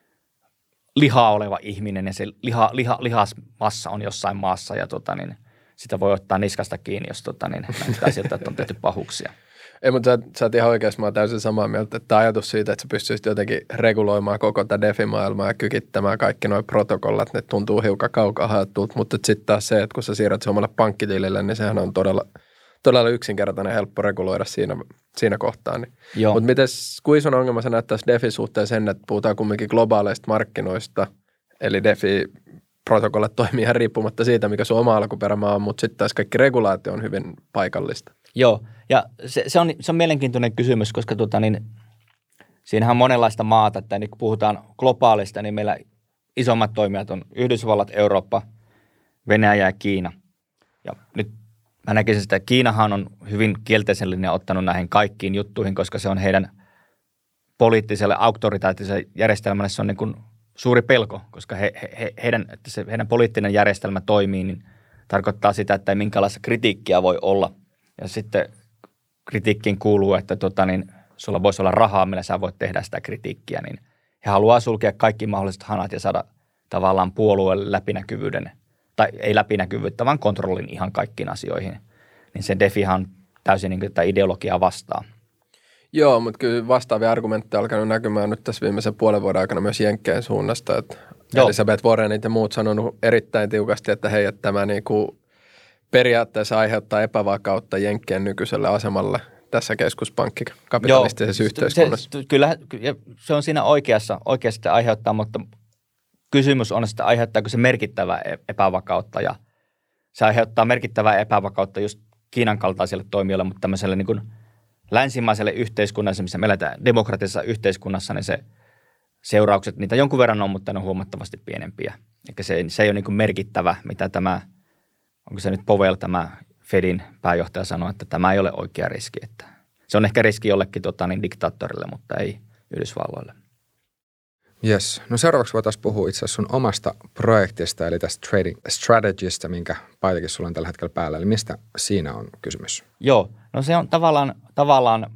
lihaa oleva ihminen ja se liha, liha, lihasmassa on jossain maassa ja tota, niin, sitä voi ottaa niskasta kiinni, jos tota, niin, näyttää siltä, että on tehty pahuuksia. Ei, mutta sä, sä oot ihan oikeassa, mä oon täysin samaa mieltä, että ajatus siitä, että sä pystyisit jotenkin reguloimaan koko tätä DeFi-maailmaa ja kykittämään kaikki nuo protokollat, ne tuntuu hiukan kaukaa haettuut, mutta sitten taas se, että kun sä siirrät se omalle pankkitilille, niin sehän on todella, todella yksinkertainen ja helppo reguloida siinä, siinä kohtaa. Niin. Mutta mites, kuin ison ongelma sä näyttäisi DeFi suhteen sen, että puhutaan kumminkin globaaleista markkinoista, eli DeFi-protokollat toimii ihan riippumatta siitä, mikä sun oma alkuperämaa on, mutta sitten taas kaikki regulaatio on hyvin paikallista. Joo, ja se, se, on, se on mielenkiintoinen kysymys, koska tuota, niin, siinähän on monenlaista maata, että niin kun puhutaan globaalista, niin meillä isommat toimijat on Yhdysvallat, Eurooppa, Venäjä ja Kiina. Ja nyt mä näkisin, että Kiinahan on hyvin kielteisellinen ottanut näihin kaikkiin juttuihin, koska se on heidän poliittiselle auktoritaattiselle järjestelmälle se on niin kuin suuri pelko, koska he, he, heidän, että se, heidän poliittinen järjestelmä toimii, niin tarkoittaa sitä, että ei minkäänlaista kritiikkiä voi olla. Ja sitten kritiikkiin kuuluu, että tota, niin, sulla voisi olla rahaa, millä sä voit tehdä sitä kritiikkiä, niin he haluaa sulkea kaikki mahdolliset hanat ja saada tavallaan puolueelle läpinäkyvyyden, tai ei läpinäkyvyyttä, vaan kontrollin ihan kaikkiin asioihin. Niin se DeFihan on täysin niin kuin tätä ideologiaa vastaan. Joo, mutta kyllä vastaavia argumentteja on alkanut näkymään nyt tässä viimeisen puolen vuoden aikana myös Jenkkeen suunnasta. Että Elizabeth Warrenit ja muut sanonut erittäin tiukasti, että hei, että tämä niinku periaatteessa aiheuttaa epävakautta Jenkkien nykyiselle asemalle tässä keskuspankkikapitalistisessa yhteiskunnassa. Se, kyllä se on siinä oikeassa, oikeasti aiheuttaa, mutta kysymys on, että aiheuttaako se merkittävää epävakautta ja se aiheuttaa merkittävää epävakautta just Kiinan kaltaisille toimijoille, mutta tämmöiselle niin kuin länsimaiselle yhteiskunnalle, missä me eletään demokraattisessa yhteiskunnassa, niin se seuraukset, niitä jonkun verran on, mutta ne on huomattavasti pienempiä. Eikä se, se ei ole niin kuin merkittävä, mitä tämä, onko se nyt Powell, tämä Fedin pääjohtaja sanoi, että tämä ei ole oikea riski. Että se on ehkä riski jollekin tota, niin diktaattorille, mutta ei Yhdysvalloille. Yes. No seuraavaksi voitaisiin puhua itse asiassa sun omasta projektista, eli tästä trading strategista, minkä paitakin sulla on tällä hetkellä päällä. Eli mistä siinä on kysymys? Joo, no se on tavallaan, tavallaan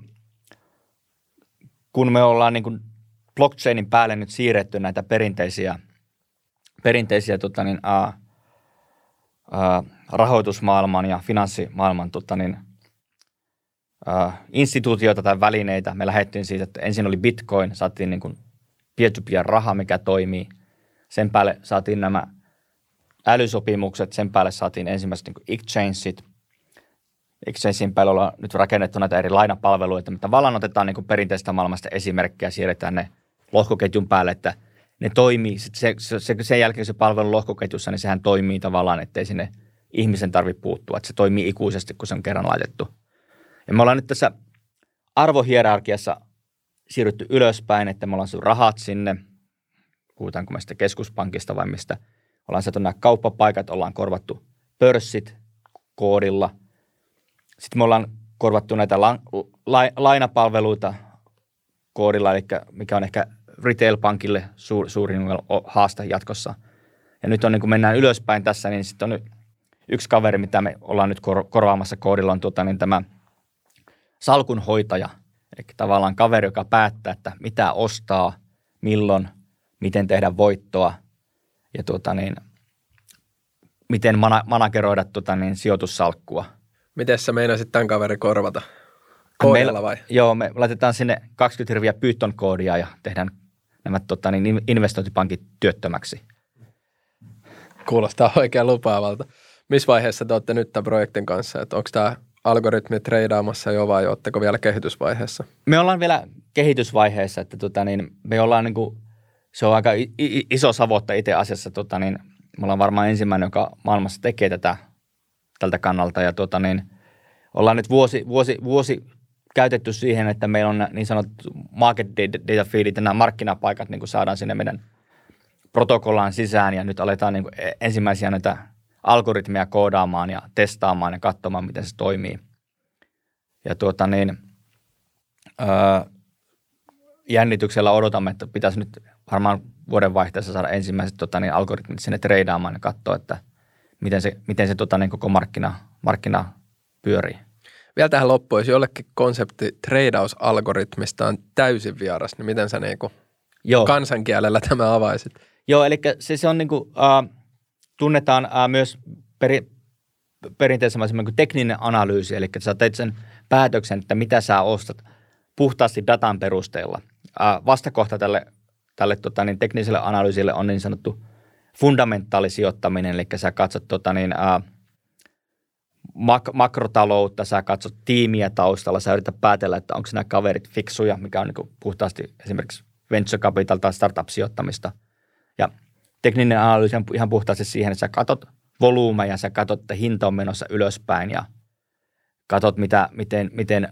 kun me ollaan niin kuin blockchainin päälle nyt siirretty näitä perinteisiä, perinteisiä tota niin, ää, ää, rahoitusmaailman ja finanssimaailman tota niin, ää, instituutioita tai välineitä. Me lähdettiin siitä, että ensin oli Bitcoin, saatiin niin kuin peer-to-peer raha, mikä toimii. Sen päälle saatiin nämä älysopimukset, sen päälle saatiin ensimmäiset niin kuin exchangeit. Exchangein päälle ollaan nyt rakennettu näitä eri lainapalveluita, mutta tavallaan otetaan niin kuin perinteistä maailmasta esimerkkejä ja siirretään ne lohkoketjun päälle, että ne toimii. Se, se, se, sen jälkeen, kun se palvelu lohkoketjussa, niin sehän toimii tavallaan, ettei sinne ihmisen tarvitse puuttua. Että se toimii ikuisesti, kun se on kerran laitettu. Ja me ollaan nyt tässä arvohierarkiassa siirrytty ylöspäin, että me ollaan saatu rahat sinne, puhutaanko me sitten keskuspankista vai mistä, ollaan saatu nämä kauppapaikat, ollaan korvattu pörssit koodilla, sitten me ollaan korvattu näitä la, la, lainapalveluita koodilla, eli mikä on ehkä retail-pankille suur, suurin haaste jatkossa. Ja nyt on, niin kun mennään ylöspäin tässä, niin sitten on yksi kaveri, mitä me ollaan nyt kor- korvaamassa koodilla, on tuota, niin tämä salkunhoitaja. Eli tavallaan kaveri, joka päättää, että mitä ostaa, milloin, miten tehdä voittoa ja tuota, niin, miten mana- manageroida tuota, niin, sijoitussalkkua. Miten sä meinasit tämän kaverin korvata? Koodilla vai? Joo, me laitetaan sinne kaksikymmentä hirviä Python-koodia ja tehdään nämä tota, niin investointipankit työttömäksi. Kuulostaa oikein lupaavalta. Missä vaiheessa te olette nyt tämän projektin kanssa? Että onko tämä algoritmi treidaamassa jo vai oletteko vielä kehitysvaiheessa? Me ollaan vielä kehitysvaiheessa, että tota, niin, me ollaan niin kuin, se on aika iso savotta itse asiassa. Tota, niin, me ollaan varmaan ensimmäinen, joka maailmassa tekee tätä tältä kannalta ja tota, niin, ollaan nyt vuosi, vuosi, vuosi käytetty siihen, että meillä on niin sanottu market data feedit ja nämä markkinapaikat niin kuin saadaan sinne meidän protokollaan sisään ja nyt aletaan niin kuin ensimmäisiä näitä algoritmeja koodaamaan ja testaamaan ja katsomaan, miten se toimii. Ja tuota niin, öö, jännityksellä odotamme, että pitäisi nyt varmaan vuodenvaihteessa saada ensimmäiset tota niin, algoritmit sinne treidaamaan ja katsoa, että miten se, miten se tota niin, koko markkina, markkina pyörii. Vielä tähän loppuun, jos jollekin konsepti treidausalgoritmista on täysin vieras, niin miten sä niinku Joo. kansankielellä tämä avaisit? Joo, eli se, se on niin kuin, äh, tunnetaan äh, myös peri, perinteisemmän kuin tekninen analyysi, eli sä teet sen päätöksen, että mitä sä ostat puhtaasti datan perusteella. Äh, vastakohta tälle, tälle tota, niin tekniselle analyysille on niin sanottu fundamentaalisijoittaminen, eli sä katsot tota, niin, äh, mak- makrotaloutta, sä katsot tiimiä taustalla, sä yrität päätellä, että onko nämä kaverit fiksuja, mikä on niin kuin puhtaasti esimerkiksi venture capital tai startup-sijoittamista. Ja tekninen analyysi on ihan puhtaasti siihen, että sä katot volyymeja, sä katot, että hinta on menossa ylöspäin ja katot, mitä, miten, miten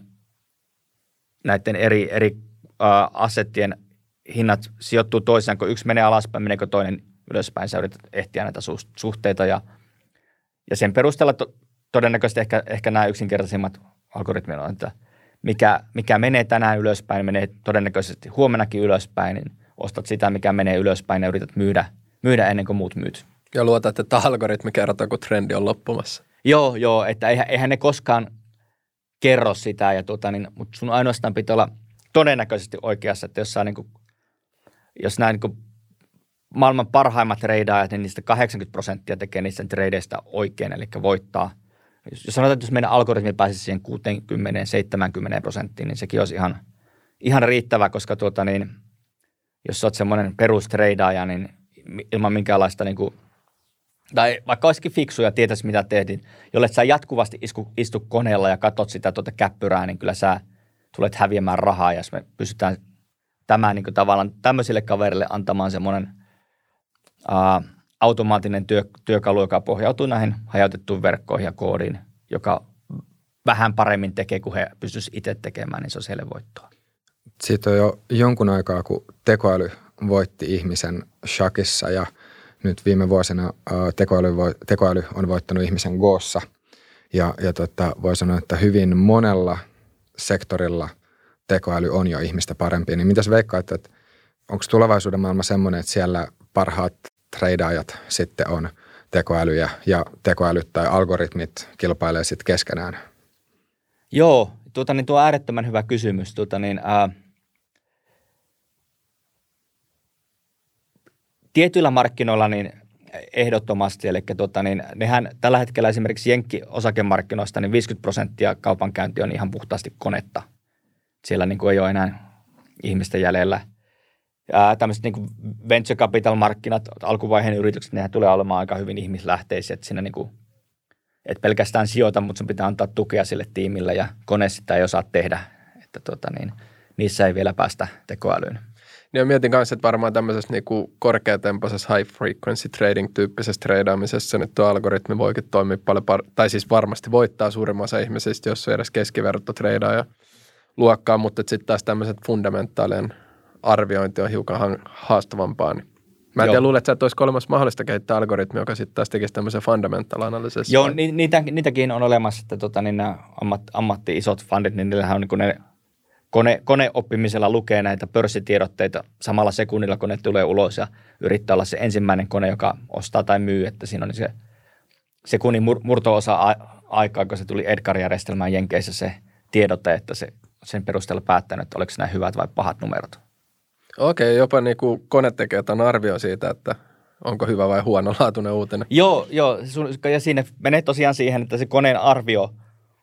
näiden eri, eri uh, assettien hinnat sijoittuu toiseen, kun yksi menee alaspäin, meneekö toinen ylöspäin, sä yrität ehtiä näitä suhteita ja, ja sen perusteella to, todennäköisesti ehkä, ehkä nämä yksinkertaisimmat algoritmit on, että mikä, mikä menee tänään ylöspäin, menee todennäköisesti huomenakin ylöspäin, niin ostat sitä, mikä menee ylöspäin ja yrität myydä, myydä ennen kuin muut myyt. Ja luotat, että algoritmi kertoo, kun trendi on loppumassa. Joo, joo, että eihän, eihän ne koskaan kerro sitä, ja tuota, niin, mutta sun ainoastaan pitää olla todennäköisesti oikeassa, että jos, sä, niin kuin, jos nämä niin kuin maailman parhaimmat treidaajat, niin niistä kahdeksankymmentä prosenttia tekee niistä tradeista oikein, eli voittaa. Jos sanotaan, että jos meidän algoritmi pääsisi siihen kuusikymmentä seitsemänkymmentä prosenttiin, niin sekin olisi ihan, ihan riittävä, koska tuota, niin, jos olet semmoinen perustreidaaja, niin ilman minkäänlaista, niin kuin, tai vaikka olisikin fiksu ja tietäisi mitä teet, niin jolle sä jatkuvasti istu, istu koneella ja katsot sitä tuota käppyrää, niin kyllä sä tulet häviämään rahaa, ja jos me pystytään tämän niin kuin tavallaan tämmöisille kaverille antamaan semmoinen ää, automaattinen työ, työkalu, joka pohjautuu näihin hajautettuun verkkoihin ja koodiin, joka vähän paremmin tekee kuin he pystyisivät itse tekemään, niin se on heille voittoa. Siitä on jo jonkun aikaa, kun tekoäly voitti ihmisen shakissa ja nyt viime vuosina tekoäly, voi, tekoäly on voittanut ihmisen goossa. Ja, ja tota, voi sanoa, että hyvin monella sektorilla tekoäly on jo ihmistä parempi. Niin mitäs veikkaat, että onko tulevaisuuden maailma semmoinen, että siellä parhaat treidaajat sitten on tekoälyjä ja tekoälyt tai algoritmit kilpailee sitten keskenään? Joo, tuota, niin tuo on äärettömän hyvä kysymys. Tuota, niin, ää, tietyillä markkinoilla niin ehdottomasti, eli tuota, niin, nehän tällä hetkellä esimerkiksi Jenkki-osakemarkkinoista, niin viisikymmentä prosenttia kaupankäynti on ihan puhtaasti konetta. Siellä niin kuin ei ole enää ihmisten jäljellä. Ää, tämmöiset niin kuin venture capital-markkinat, alkuvaiheen yritykset, nehän tulee olemaan aika hyvin ihmislähteisiä, että siinä niin kuin, et pelkästään sijoita, mutta sun pitää antaa tukea sille tiimille ja kone sitä ei osaa tehdä, että tuota, niin, niissä ei vielä päästä tekoälyyn. Niin mietin kanssa, että varmaan tämmöisessä niinku korkeatempoisessa high frequency trading-tyyppisessä treidaamisessa nyt tuo algoritmi voikin toimia paljon, par- tai siis varmasti voittaa suurimman osa ihmisistä, jos on edes keskiverto treidaaja luokkaa, mutta sitten taas tämmöiset fundamentaalien arviointi on hiukan haastavampaa. Niin mä en tiedä, luulen, että sä et olisi olemassa mahdollista kehittää algoritmi, joka sitten taas tekisi tämmöisen fundamental analysis. Joo, ni, niitä, niitäkin on olemassa, että tota, niin nämä ammat, ammatti-isot fundit, niin niillähän on niin kuin ne Kone, koneoppimisella lukee näitä pörssitiedotteita samalla sekunnilla, kun ne tulee ulos ja yrittää olla se ensimmäinen kone, joka ostaa tai myy, että siinä on se sekunnin mur- murto-osa a- aikaa, kun se tuli Edgar-järjestelmään Jenkeissä se tiedote, että se sen perusteella päättänyt, että oliko nämä hyvät vai pahat numerot. Okei, jopa niin kuin kone tekee jotain arvio siitä, että onko hyvä vai huonolaatuinen uutinen. Joo, joo, ja siinä menee tosiaan siihen, että se koneen arvio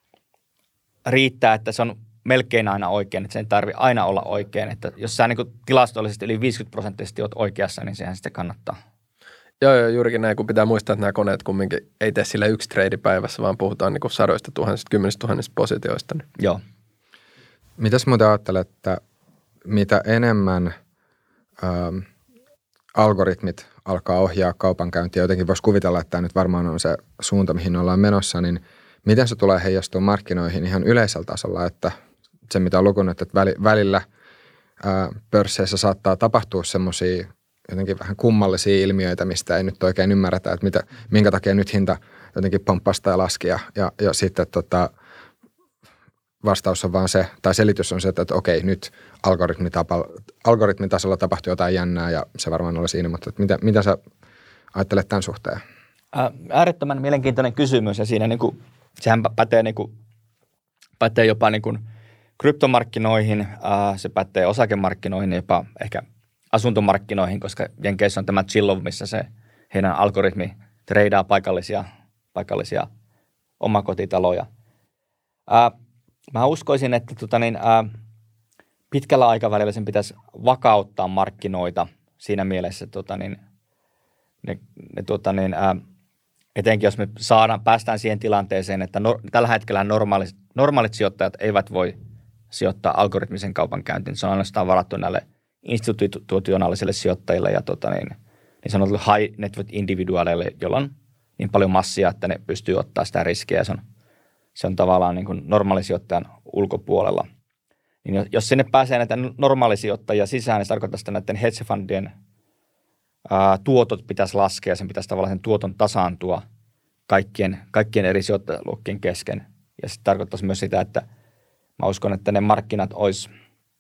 riittää, että se on melkein aina oikein, että sen ei tarvitse aina olla oikein. Että jos sä niin kuin tilastollisesti yli viisikymmentä prosenttisesti oot oikeassa, niin sehän sitten kannattaa. Joo, joo, juurikin näin, kun pitää muistaa, että nämä koneet kumminkin ei tee sille yksi trade päivässä, vaan puhutaan niin kuin sadoista tuhansista, kymmenistä tuhansista positioista. Niin. Joo. Mitäs muuten ajattelet, että mitä enemmän ähm, algoritmit alkaa ohjaa kaupankäyntiä, jotenkin voisi kuvitella, että tämä nyt varmaan on se suunta, mihin ollaan menossa, niin miten se tulee heijastua markkinoihin ihan yleisellä tasolla, että se mitä on lukunut, että välillä ää, pörsseissä saattaa tapahtua semmoisia jotenkin vähän kummallisia ilmiöitä, mistä ei nyt oikein ymmärretä, että mitä, minkä takia nyt hinta jotenkin pomppasta ja laski ja, ja, ja sitten tota, vastaus on vaan se, tai selitys on se, että, että okei, nyt algoritmin tasolla tapahtuu jotain jännää ja se varmaan oli siinä, mutta että mitä, mitä sä ajattelet tämän suhteen? Äärettömän mielenkiintoinen kysymys ja siinä niin kuin, sehän pätee, niin kuin, pätee jopa niin kuin kryptomarkkinoihin, ää, se pätee osakemarkkinoihin ja jopa ehkä asuntomarkkinoihin, koska Jenkeissä on tämä Zillow, missä se heidän algoritmi treidaa paikallisia, paikallisia omakotitaloja. Ää, mä uskoisin, että tota niin, ää, pitkällä aikavälillä sen pitäisi vakauttaa markkinoita siinä mielessä, tota niin, ne, ne, tota niin, ää, etenkin jos me saadaan, päästään siihen tilanteeseen, että no, tällä hetkellä normaalit, normaalit sijoittajat eivät voi sijoittaa algoritmisen kaupankäyntiin. Se on ainoastaan varattu näille institutionaalisille sijoittajille ja tota niin, niin sanotulle high net worth individuaaleille, joilla on niin paljon massia, että ne pystyy ottaa sitä riskiä ja se on, se on tavallaan niin kuin normaalisijoittajan ulkopuolella. Niin jos sinne pääsee näitä normaalisijoittajia sisään, niin se tarkoittaa sitä näiden hedge fundien ää, tuotot pitäisi laskea, sen pitäisi tavallaan sen tuoton tasaantua kaikkien, kaikkien eri sijoittajaluokkien kesken. Ja se tarkoittaisi myös sitä, että mä uskon, että ne markkinat olisi,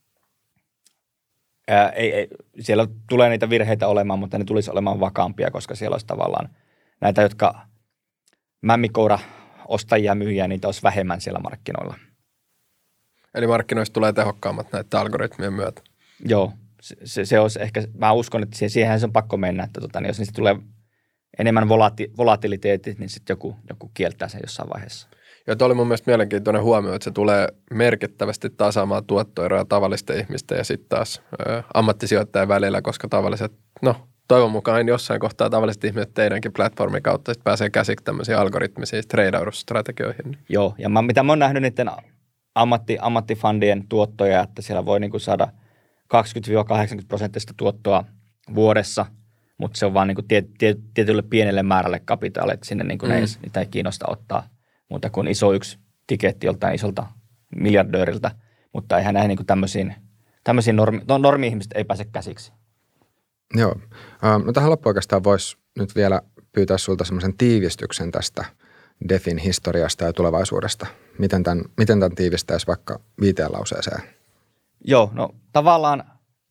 ää, ei, ei, siellä tulee niitä virheitä olemaan, mutta ne tulisi olemaan vakaampia, koska siellä olisi tavallaan näitä, jotka mämmikoura ostajia myyjiä, niitä olisi vähemmän siellä markkinoilla. Eli markkinoista tulee tehokkaammat näitä algoritmien myötä. Joo, se, se, se olisi ehkä, mä uskon, että siihen se on pakko mennä, että tota, niin jos niistä tulee enemmän volati, volatiliteetit, niin sitten joku, joku kieltää sen jossain vaiheessa. Ja tuo oli mun mielestä mielenkiintoinen huomio, että se tulee merkittävästi tasaamaan tuottoeroja tavallisten ihmisten ja sitten taas ö, ammattisijoittajien välillä, koska tavalliset, no toivon mukaan jossain kohtaa tavalliset ihmiset teidänkin platformin kautta sit pääsee käsiksi tämmöisiin algoritmisiin treidausstrategioihin. Joo, ja mä, mitä mä oon nähnyt niiden ammatti, ammattifundien tuottoja, että siellä voi niinku saada kaksikymmentä kahdeksankymmentä prosenttista tuottoa vuodessa, mutta se on vaan niinku tie, tie, tietylle pienelle määrälle kapitaalia, että sinne niinku mm. ne, niitä ei kiinnosta ottaa muuta kuin iso yksi tiketti joltain isolta miljardööriltä, mutta eihän näihin niinku tämmöisiin, tämmöisiin normi, no, normi-ihmiset ei pääse käsiksi. Joo. No tähän loppuun oikeastaan voisi nyt vielä pyytää sulta semmoisen tiivistyksen tästä DeFin historiasta ja tulevaisuudesta. Miten tämän, miten tämän tiivistäisi vaikka viiteen lauseeseen? Joo, no tavallaan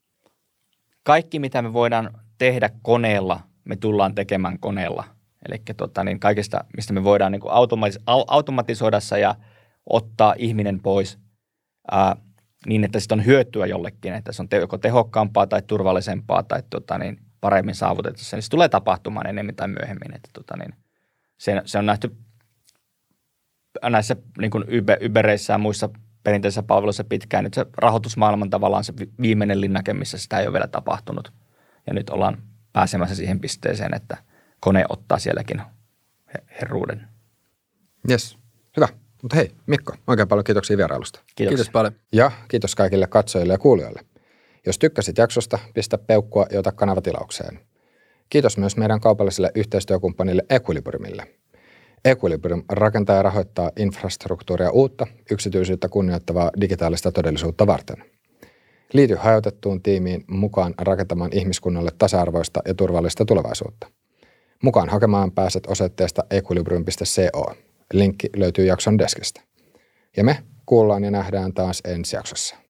kaikki, mitä me voidaan tehdä koneella, me tullaan tekemään koneella. Eli tota, niin kaikesta, mistä me voidaan niin kuin automatis- automatisoida ja ottaa ihminen pois ää, niin, että sitten on hyötyä jollekin, että se on te- joko tehokkaampaa tai turvallisempaa tai tota, niin paremmin saavutetussa. Niin se tulee tapahtumaan enemmän tai myöhemmin. Että, tota, niin se, se on nähty näissä niin kuin Uber, Ubereissä ja muissa perinteisissä palveluissa pitkään. Nyt se rahoitusmaailman tavallaan se viimeinen linnake, missä sitä ei ole vielä tapahtunut. Ja nyt ollaan pääsemässä siihen pisteeseen, että kone ottaa sielläkin herruuden. Jes, hyvä. Mutta hei, Mikko, oikein paljon kiitoksia vierailusta. Kiitoksia. Kiitos paljon. Ja kiitos kaikille katsojille ja kuulijoille. Jos tykkäsit jaksosta, pistä peukkua ja ota kanava tilaukseen. Kiitos myös meidän kaupalliselle yhteistyökumppanille Equilibriumille. Equilibrium rakentaa ja rahoittaa infrastruktuuria uutta, yksityisyyttä kunnioittavaa digitaalista todellisuutta varten. Liity hajautettuun tiimiin mukaan rakentamaan ihmiskunnalle tasa-arvoista ja turvallista tulevaisuutta. Mukaan hakemaan pääset osoitteesta equilibrium piste co. Linkki löytyy jakson deskistä. Ja me kuullaan ja nähdään taas ensi jaksossa.